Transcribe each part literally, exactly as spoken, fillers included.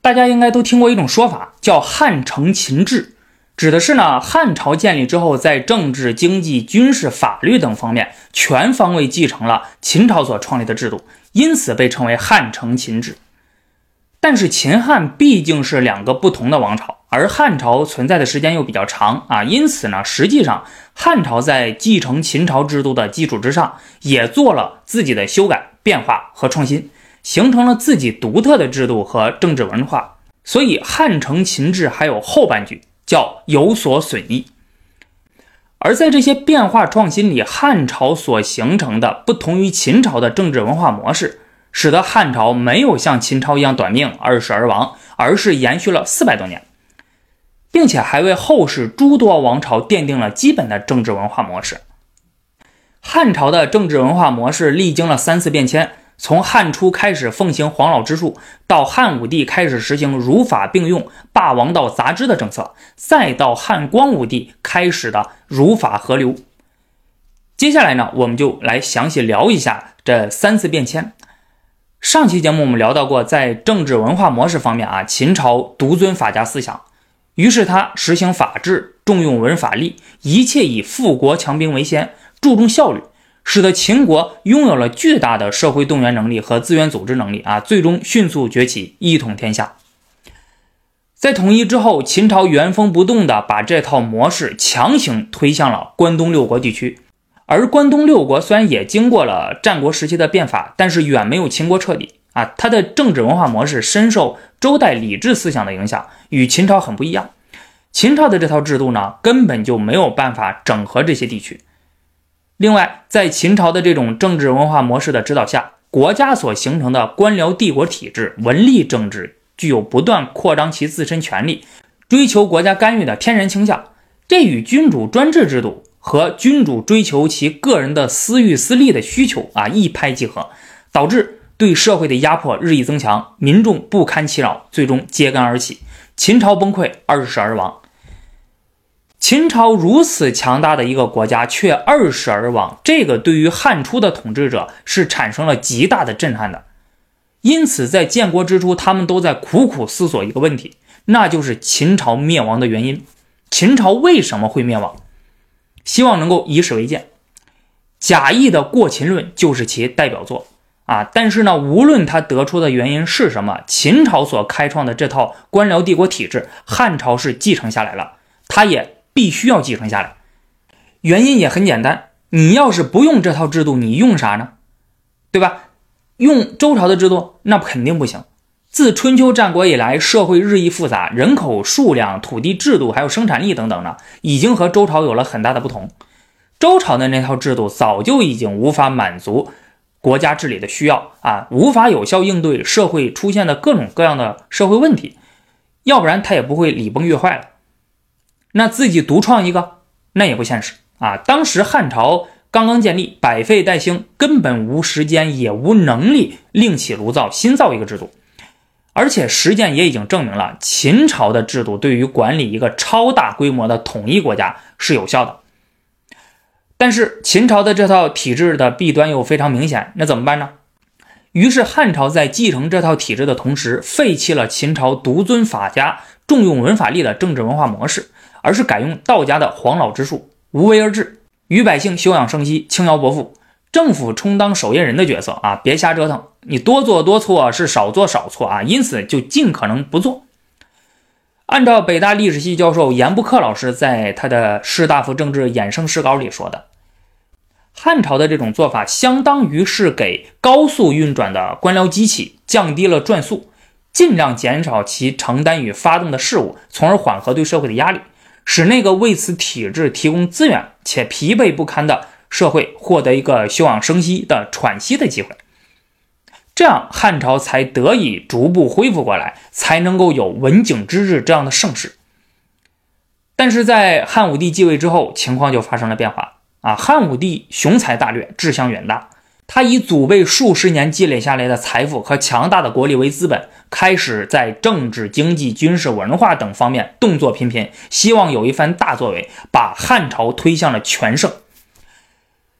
大家应该都听过一种说法，叫汉承秦制，指的是呢汉朝建立之后，在政治、经济、军事、法律等方面全方位继承了秦朝所创立的制度，因此被称为汉承秦制。但是秦汉毕竟是两个不同的王朝，而汉朝存在的时间又比较长啊，因此呢，实际上汉朝在继承秦朝制度的基础之上，也做了自己的修改、变化和创新，形成了自己独特的制度和政治文化。所以汉承秦制还有后半句叫有所损益。而在这些变化创新里，汉朝所形成的不同于秦朝的政治文化模式，使得汉朝没有像秦朝一样短命二世而亡，而是延续了四百多年，并且还为后世诸多王朝奠定了基本的政治文化模式。汉朝的政治文化模式历经了三次变迁，从汉初开始奉行黄老之术，到汉武帝开始实行儒法并用、罢王道杂支的政策，再到汉光武帝开始的儒法合流。接下来呢，我们就来详细聊一下这三次变迁。上期节目我们聊到过，在政治文化模式方面啊，秦朝独尊法家思想，于是他实行法治，重用文法吏，一切以富国强兵为先，注重效率，使得秦国拥有了巨大的社会动员能力和资源组织能力啊，最终迅速崛起，一统天下。在统一之后，秦朝原封不动地把这套模式强行推向了关东六国地区。而关东六国虽然也经过了战国时期的变法，但是远没有秦国彻底啊，它的政治文化模式深受周代礼制思想的影响，与秦朝很不一样。秦朝的这套制度呢，根本就没有办法整合这些地区。另外，在秦朝的这种政治文化模式的指导下，国家所形成的官僚帝国体制、文吏政治具有不断扩张其自身权力、追求国家干预的天然倾向，这与君主专制制度和君主追求其个人的私欲私利的需求啊一拍即合，导致对社会的压迫日益增强，民众不堪其扰，最终揭竿而起，秦朝崩溃，二世而亡。秦朝如此强大的一个国家却二世而亡，这个对于汉初的统治者是产生了极大的震撼的。因此在建国之初，他们都在苦苦思索一个问题，那就是秦朝灭亡的原因。秦朝为什么会灭亡？希望能够以史为鉴。贾谊的《过秦论》就是其代表作啊。但是呢，无论他得出的原因是什么，秦朝所开创的这套官僚帝国体制，汉朝是继承下来了，他也必须要继承下来。原因也很简单，你要是不用这套制度，你用啥呢？对吧？用周朝的制度，那肯定不行。自春秋战国以来，社会日益复杂，人口数量、土地制度还有生产力等等呢，已经和周朝有了很大的不同。周朝的那套制度早就已经无法满足国家治理的需要啊，无法有效应对社会出现的各种各样的社会问题，要不然他也不会礼崩乐坏了。那自己独创一个，那也不现实啊。当时汉朝刚刚建立，百废待兴，根本无时间也无能力另起炉灶新造一个制度。而且实践也已经证明了，秦朝的制度对于管理一个超大规模的统一国家是有效的。但是秦朝的这套体制的弊端又非常明显，那怎么办呢？于是汉朝在继承这套体制的同时，废弃了秦朝独尊法家、重用文法吏的政治文化模式，而是改用道家的黄老之术，无为而治，与百姓休养生息，轻徭薄赋，政府充当守夜人的角色啊，别瞎折腾，你多做多错是少做少错啊，因此就尽可能不做。按照北大历史系教授严不克老师在他的士大夫政治衍生史稿里说的，汉朝的这种做法相当于是给高速运转的官僚机器降低了转速，尽量减少其承担与发动的事务，从而缓和对社会的压力，使那个为此体制提供资源且疲惫不堪的社会获得一个休养生息的喘息的机会。这样汉朝才得以逐步恢复过来，才能够有文景之治这样的盛世。但是在汉武帝继位之后，情况就发生了变化啊！汉武帝雄才大略，志向远大，他以祖辈数十年积累下来的财富和强大的国力为资本，开始在政治、经济、军事、文化等方面动作频频，希望有一番大作为，把汉朝推向了全盛。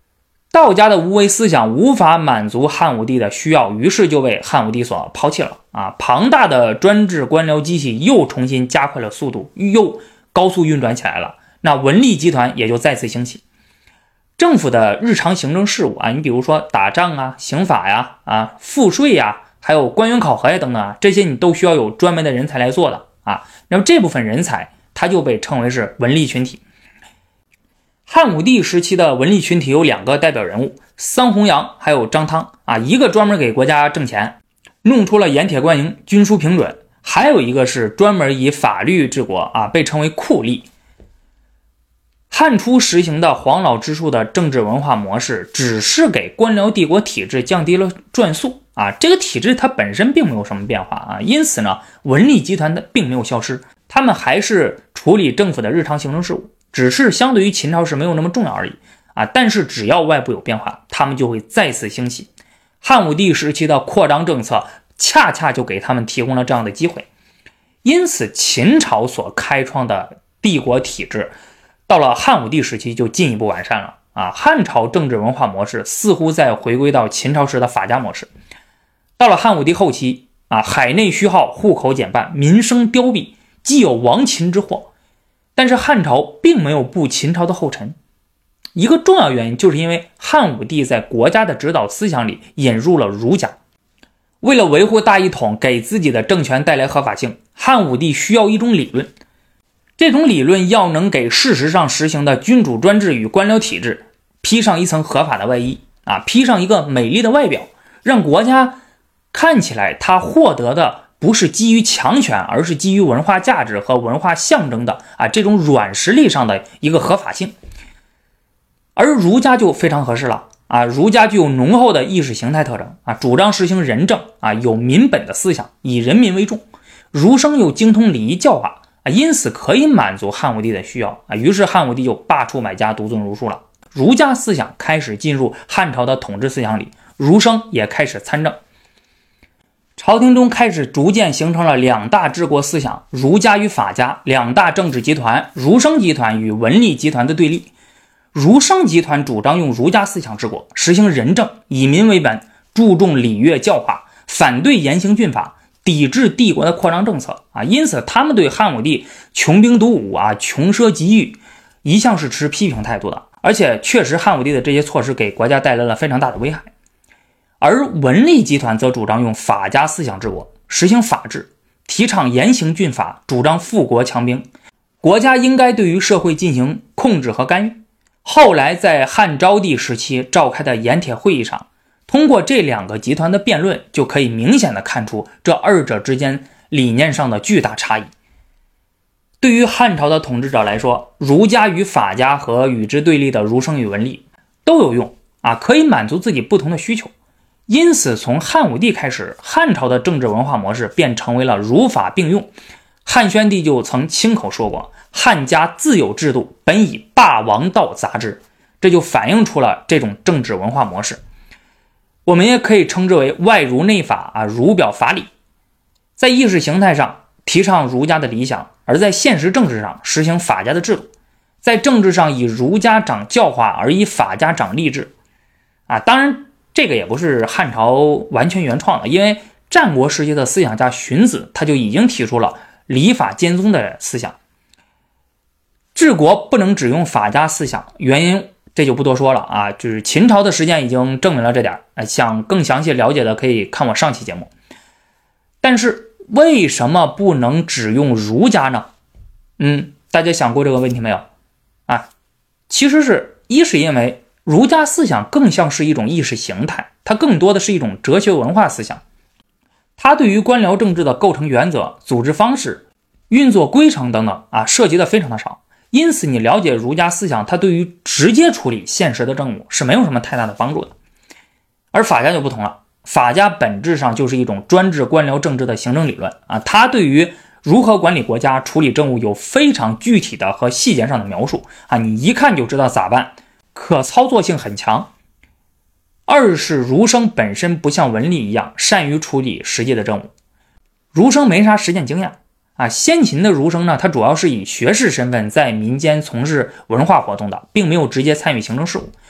道家的无为思想无法满足汉武帝的需要，于是就被汉武帝所抛弃了啊！庞大的专制官僚机器又重新加快了速度，又高速运转起来了。那文吏集团也就再次兴起。政府的日常行政事务啊，你比如说打仗啊、刑法呀、啊、赋税呀，还有官员考核呀等等啊，这些你都需要有专门的人才来做的啊。那么这部分人才，它就被称为是文吏群体。汉武帝时期的文吏群体有两个代表人物，桑弘羊还有张汤啊，一个专门给国家挣钱，弄出了盐铁官营、军书平准，还有一个是专门以法律治国啊，被称为酷吏。汉初实行的黄老之术的政治文化模式，只是给官僚帝国体制降低了转速啊，这个体制它本身并没有什么变化啊，因此呢，文吏集团的并没有消失，他们还是处理政府的日常行政事务。只是相对于秦朝时没有那么重要而已啊！但是只要外部有变化，他们就会再次兴起。汉武帝时期的扩张政策恰恰就给他们提供了这样的机会，因此秦朝所开创的帝国体制，到了汉武帝时期就进一步完善了啊！汉朝政治文化模式似乎在回归到秦朝时的法家模式。到了汉武帝后期啊，海内虚耗，户口减半，民生凋敝，既有亡秦之祸。但是汉朝并没有步秦朝的后尘，一个重要原因就是因为汉武帝在国家的指导思想里引入了儒家。为了维护大一统，给自己的政权带来合法性，汉武帝需要一种理论，这种理论要能给事实上实行的君主专制与官僚体制披上一层合法的外衣啊，披上一个美丽的外表，让国家看起来他获得的不是基于强权，而是基于文化价值和文化象征的啊这种软实力上的一个合法性。而儒家就非常合适了啊，儒家具有浓厚的意识形态特征啊，主张实行仁政啊，有民本的思想，以人民为重。儒生又精通礼仪教化啊，因此可以满足汉武帝的需要啊。于是汉武帝就罢黜买家，独尊儒术了。儒家思想开始进入汉朝的统治思想里，儒生也开始参政。朝廷中开始逐渐形成了两大治国思想，儒家与法家，两大政治集团，儒生集团与文吏集团的对立。儒生集团主张用儒家思想治国，实行仁政，以民为本，注重礼乐教化，反对严刑峻法，抵制帝国的扩张政策啊。因此他们对汉武帝穷兵黩武啊、穷奢极欲一向是持批评态度的，而且确实汉武帝的这些措施给国家带来了非常大的危害。而文吏集团则主张用法家思想治国，实行法治，提倡严刑峻法，主张富国强兵，国家应该对于社会进行控制和干预。后来在汉昭帝时期召开的盐铁会议上，通过这两个集团的辩论，就可以明显的看出这二者之间理念上的巨大差异。对于汉朝的统治者来说，儒家与法家和与之对立的儒生与文吏都有用啊，可以满足自己不同的需求。因此从汉武帝开始，汉朝的政治文化模式便成为了儒法并用。汉宣帝就曾亲口说过，汉家自有制度，本以霸王道杂之，这就反映出了这种政治文化模式。我们也可以称之为外儒内法啊，儒表法理。在意识形态上提倡儒家的理想，而在现实政治上实行法家的制度。在政治上以儒家掌教化，而以法家掌吏治啊。当然这个也不是汉朝完全原创的，因为战国时期的思想家荀子他就已经提出了礼法兼宗的思想。治国不能只用法家思想，原因这就不多说了啊，就是秦朝的实践已经证明了这点，想更详细了解的可以看我上期节目。但是为什么不能只用儒家呢？嗯，大家想过这个问题没有啊？其实是一是因为儒家思想更像是一种意识形态，它更多的是一种哲学文化思想，它对于官僚政治的构成原则、组织方式、运作规程等等啊，涉及的非常的少。因此你了解儒家思想，它对于直接处理现实的政务是没有什么太大的帮助的。而法家就不同了，法家本质上就是一种专制官僚政治的行政理论啊，它对于如何管理国家、处理政务有非常具体的和细节上的描述啊，你一看就知道咋办，可操作性很强。二是儒生本身不像文吏一样善于处理实际的政务，儒生没啥实践经验啊。先秦的儒生呢，他主要是以学士身份在民间从事文化活动的，并没有直接参与行政事务。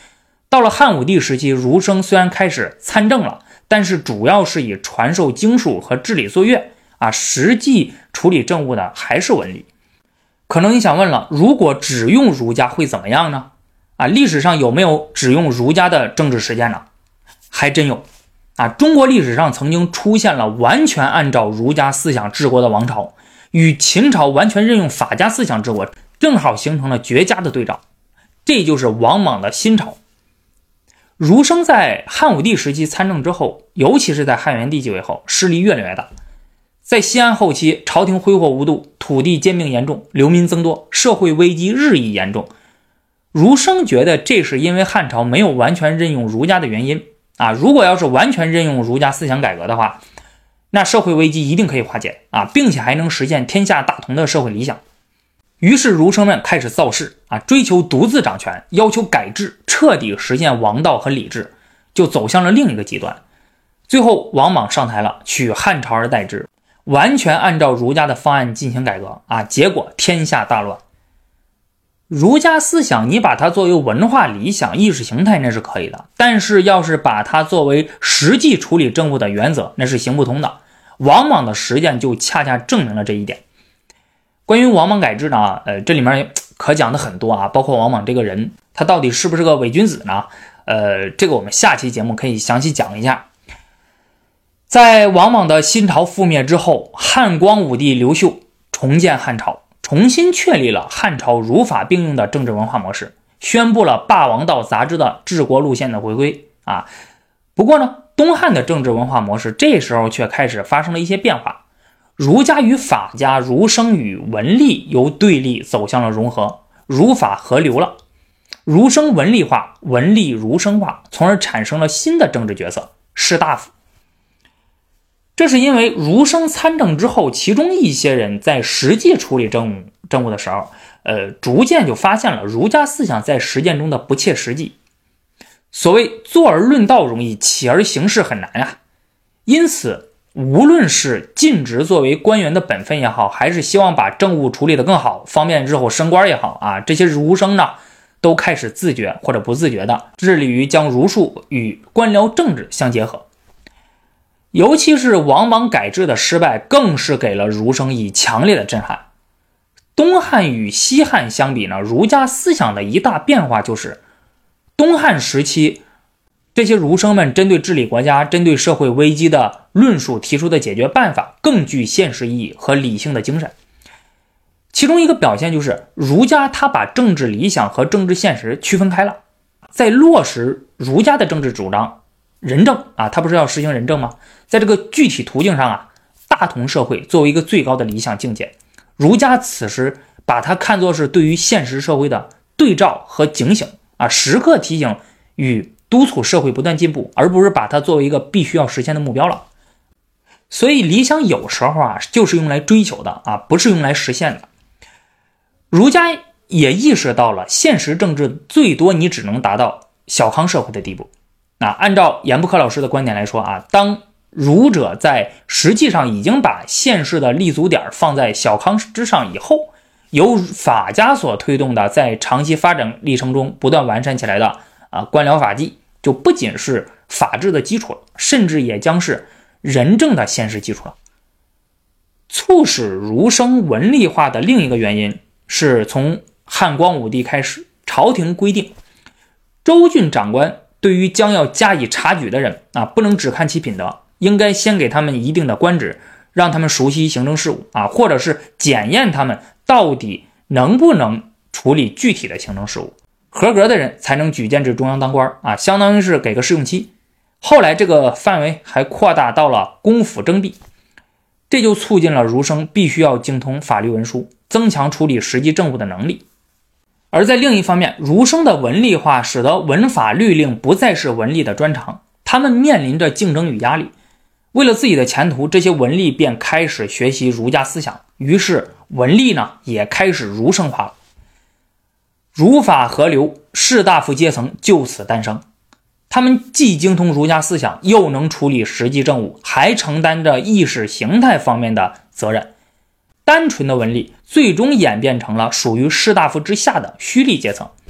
到了汉武帝时期，儒生虽然开始参政了，但是主要是以传授经术和治理作乐啊，实际处理政务的还是文吏。可能你想问了，如果只用儒家会怎么样呢？啊，历史上有没有只用儒家的政治实践呢？还真有啊！中国历史上曾经出现了完全按照儒家思想治国的王朝，与秦朝完全任用法家思想治国，正好形成了绝佳的对照。这就是王莽的新朝。儒生在汉武帝时期参政之后，尤其是在汉元帝继位后，势力越来越大。在西汉后期，朝廷挥霍无度，土地兼并严重，流民增多，社会危机日益严重。儒生觉得这是因为汉朝没有完全任用儒家的原因啊！如果要是完全任用儒家思想改革的话，那社会危机一定可以化解啊，并且还能实现天下大同的社会理想。于是儒生们开始造势啊，追求独自掌权，要求改制，彻底实现王道和礼制，就走向了另一个极端。最后王莽上台了，取汉朝而代之，完全按照儒家的方案进行改革啊，结果天下大乱。儒家思想你把它作为文化理想、意识形态那是可以的，但是要是把它作为实际处理政务的原则，那是行不通的。王莽的实践就恰恰证明了这一点。关于王莽改制呢，呃，这里面可讲的很多啊，包括王莽这个人，他到底是不是个伪君子呢？呃，这个我们下期节目可以详细讲一下。在王莽的新朝覆灭之后，汉光武帝刘秀重建汉朝，重新确立了汉朝儒法并用的政治文化模式，宣布了霸王道杂志的治国路线的回归啊。不过呢，东汉的政治文化模式这时候却开始发生了一些变化，儒家与法家，儒生与文吏由对立走向了融合，儒法合流了，儒生文吏化，文吏儒生化，从而产生了新的政治角色，士大夫。这是因为儒生参政之后，其中一些人在实际处理政务政务的时候，呃，逐渐就发现了儒家思想在实践中的不切实际。所谓坐而论道容易，起而行事很难啊。因此，无论是尽职作为官员的本分也好，还是希望把政务处理得更好，方便日后升官也好啊，这些儒生呢，都开始自觉或者不自觉的致力于将儒术与官僚政治相结合。尤其是王莽改制的失败，更是给了儒生以强烈的震撼。东汉与西汉相比呢，儒家思想的一大变化就是，东汉时期，这些儒生们针对治理国家、针对社会危机的论述提出的解决办法，更具现实意义和理性的精神。其中一个表现就是，儒家他把政治理想和政治现实区分开了，在落实儒家的政治主张。仁政啊，他不是要实行仁政吗？在这个具体途径上啊，大同社会作为一个最高的理想境界，儒家此时把它看作是对于现实社会的对照和警醒啊，时刻提醒与督促社会不断进步，而不是把它作为一个必须要实现的目标了。所以理想有时候啊，就是用来追求的啊，不是用来实现的。儒家也意识到了现实政治最多你只能达到小康社会的地步。那按照严复科老师的观点来说啊，当儒者在实际上已经把现世的立足点放在小康之上以后，由法家所推动的在长期发展历程中不断完善起来的啊官僚法纪，就不仅是法治的基础了，甚至也将是仁政的现实基础了。促使儒生文吏化的另一个原因是从汉光武帝开始，朝廷规定州郡长官对于将要加以察举的人啊，不能只看其品德，应该先给他们一定的官职，让他们熟悉行政事务啊，或者是检验他们到底能不能处理具体的行政事务，合格的人才能举荐至中央当官啊，相当于是给个试用期。后来这个范围还扩大到了公府征辟，这就促进了儒生必须要精通法律文书，增强处理实际政务的能力。而在另一方面，儒生的文吏化使得文法律令不再是文吏的专长，他们面临着竞争与压力。为了自己的前途，这些文吏便开始学习儒家思想，于是文吏呢也开始儒生化了。儒法合流，士大夫阶层就此诞生。他们既精通儒家思想，又能处理实际政务，还承担着意识形态方面的责任。单纯的文吏最终演变成了属于士大夫之下的虚吏阶层。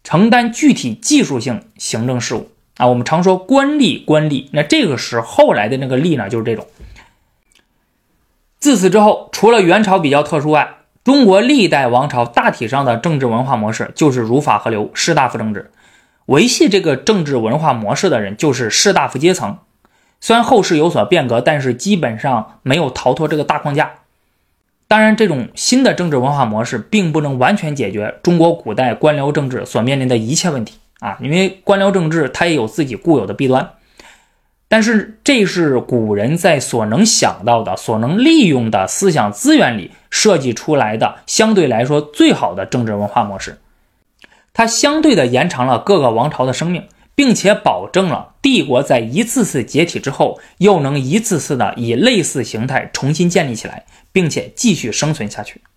承担具体技术性行政事务啊。我们常说官吏官吏，那这个是后来的那个吏呢，就是这种。自此之后，除了元朝比较特殊外，中国历代王朝大体上的政治文化模式就是儒法合流、士大夫政治。维系这个政治文化模式的人就是士大夫阶层。虽然后世有所变革，但是基本上没有逃脱这个大框架。当然，这种新的政治文化模式并不能完全解决中国古代官僚政治所面临的一切问题啊，因为官僚政治它也有自己固有的弊端。但是这是古人在所能想到的、所能利用的思想资源里设计出来的相对来说最好的政治文化模式。它相对的延长了各个王朝的生命，并且保证了帝国在一次次解体之后，又能一次次的以类似形态重新建立起来，并且继续生存下去。